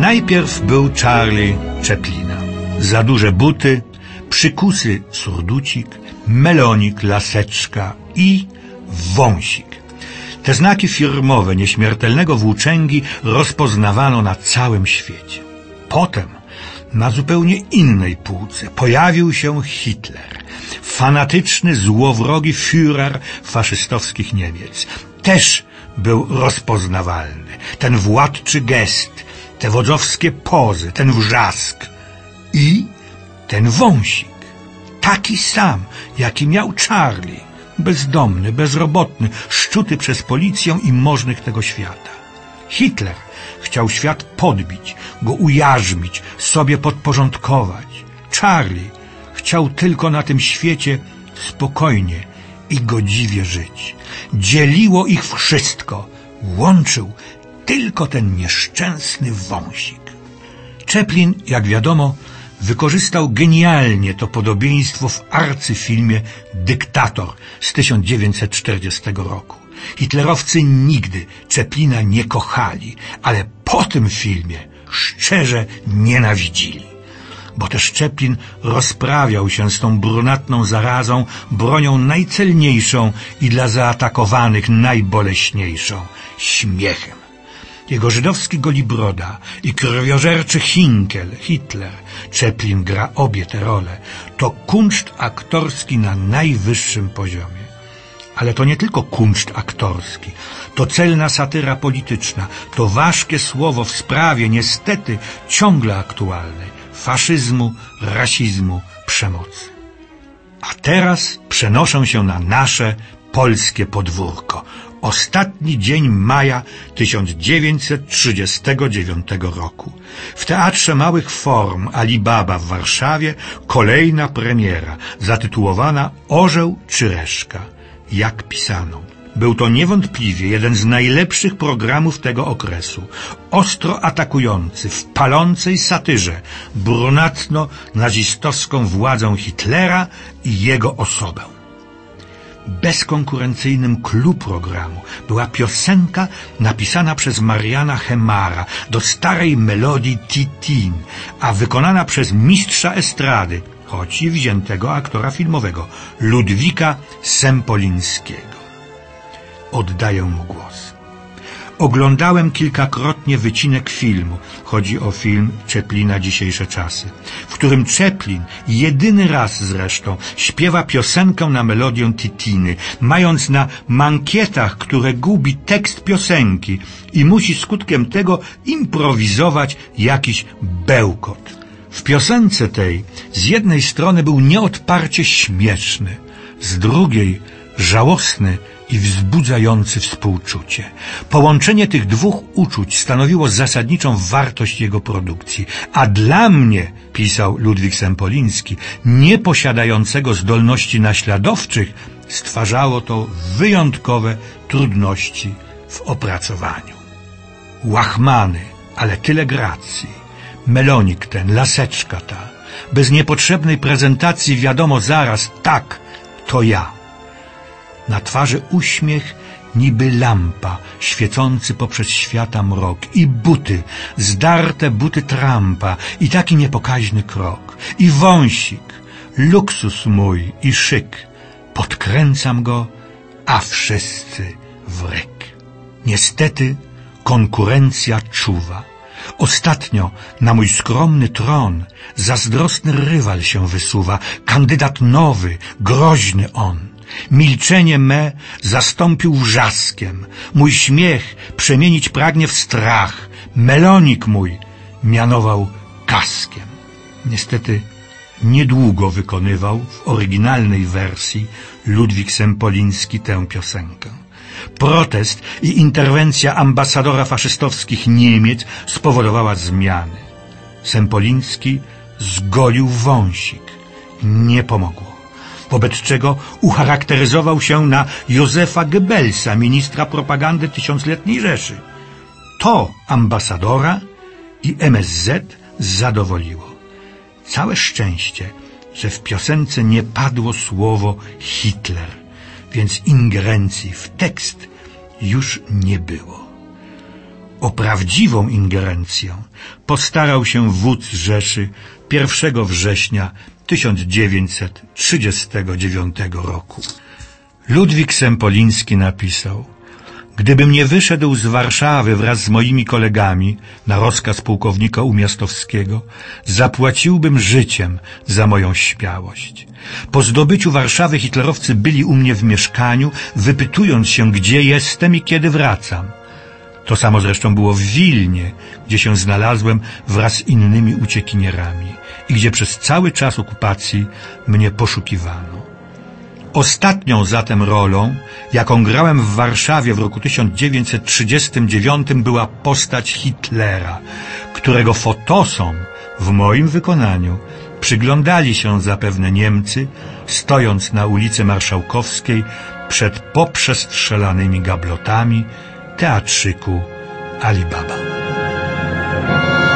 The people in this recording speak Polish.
Najpierw był Charlie Chaplina. Za duże buty, przykusy surducik, melonik, laseczka i wąsik. Te znaki firmowe nieśmiertelnego włóczęgi rozpoznawano na całym świecie. Potem na zupełnie innej półce pojawił się Hitler, fanatyczny, złowrogi Führer faszystowskich Niemiec. Też był rozpoznawalny. Ten władczy gest, te wodzowskie pozy, ten wrzask i ten wąsik. Taki sam, jaki miał Charlie. Bezdomny, bezrobotny, szczuty przez policję i możnych tego świata. Hitler chciał świat podbić, go ujarzmić, sobie podporządkować. Charlie chciał tylko na tym świecie spokojnie i godziwie żyć. Dzieliło ich wszystko, łączył tylko ten nieszczęsny wąsik. Chaplin, jak wiadomo, wykorzystał genialnie to podobieństwo w arcyfilmie Dyktator z 1940 roku. Hitlerowcy nigdy Chaplina nie kochali, ale po tym filmie szczerze nienawidzili. Bo też Chaplin rozprawiał się z tą brunatną zarazą bronią najcelniejszą i dla zaatakowanych najboleśniejszą — śmiechem. Jego żydowski golibroda i krwiożerczy Hinkel, Hitler, Chaplin gra obie te role. To kunszt aktorski na najwyższym poziomie. Ale to nie tylko kunszt aktorski, to celna satyra polityczna, to ważkie słowo w sprawie niestety ciągle aktualnej faszyzmu, rasizmu, przemocy. A teraz przenoszę się na nasze polskie podwórko. Ostatni dzień maja 1939 roku. W Teatrze Małych Form Alibaba w Warszawie kolejna premiera zatytułowana Orzeł czy Reszka. Jak pisano. Był to niewątpliwie jeden z najlepszych programów tego okresu. Ostro atakujący w palącej satyrze brunatno-nazistowską władzę Hitlera i jego osobę. Bezkonkurencyjnym clou programu była piosenka napisana przez Mariana Hemara do starej melodii Titin, a wykonana przez mistrza estrady, choć i wziętego aktora filmowego, Ludwika Sempolińskiego. Oddaję mu głos. Oglądałem kilkakrotnie wycinek filmu, chodzi o film Chaplina Dzisiejsze czasy, w którym Chaplin, jedyny raz zresztą, śpiewa piosenkę na melodię Titiny, mając na mankietach, które gubi tekst piosenki i musi skutkiem tego improwizować jakiś bełkot. W piosence tej z jednej strony był nieodparcie śmieszny, z drugiej żałosny i wzbudzający współczucie. Połączenie tych dwóch uczuć stanowiło zasadniczą wartość jego produkcji, a dla mnie, pisał Ludwik Sempoliński, nieposiadającego zdolności naśladowczych, stwarzało to wyjątkowe trudności w opracowaniu. Łachmany, ale tyle gracji. Melonik ten, laseczka ta. Bez niepotrzebnej prezentacji wiadomo zaraz, tak, to ja. Na twarzy uśmiech niby lampa, świecący poprzez świata mrok. I buty, zdarte buty Trumpa, i taki niepokaźny krok. I wąsik, luksus mój i szyk. Podkręcam go, a wszyscy w ryk. Niestety konkurencja czuwa. Ostatnio na mój skromny tron zazdrosny rywal się wysuwa, kandydat nowy, groźny on. Milczenie me zastąpił wrzaskiem, mój śmiech przemienić pragnie w strach, melonik mój mianował kaskiem. Niestety niedługo wykonywał w oryginalnej wersji Ludwik Sempoliński tę piosenkę. Protest i interwencja ambasadora faszystowskich Niemiec spowodowała zmiany. Sempoliński zgolił wąsik. Nie pomogło. Wobec czego ucharakteryzował się na Józefa Goebbelsa, ministra propagandy Tysiącletniej Rzeszy. To ambasadora i MSZ zadowoliło. Całe szczęście, że w piosence nie padło słowo Hitler, więc ingerencji w tekst już nie było. O prawdziwą ingerencję postarał się wódz Rzeszy 1 września 1939 roku. Ludwik Sempoliński napisał: gdybym nie wyszedł z Warszawy wraz z moimi kolegami na rozkaz pułkownika Umiastowskiego, zapłaciłbym życiem za moją śmiałość. Po zdobyciu Warszawy hitlerowcy byli u mnie w mieszkaniu, wypytując się, gdzie jestem i kiedy wracam. To samo zresztą było w Wilnie, gdzie się znalazłem wraz z innymi uciekinierami i gdzie przez cały czas okupacji mnie poszukiwano. Ostatnią zatem rolą, jaką grałem w Warszawie w roku 1939, była postać Hitlera, którego fotosom w moim wykonaniu przyglądali się zapewne Niemcy, stojąc na ulicy Marszałkowskiej przed poprzestrzelanymi gablotami teatrzyku Ali Baba.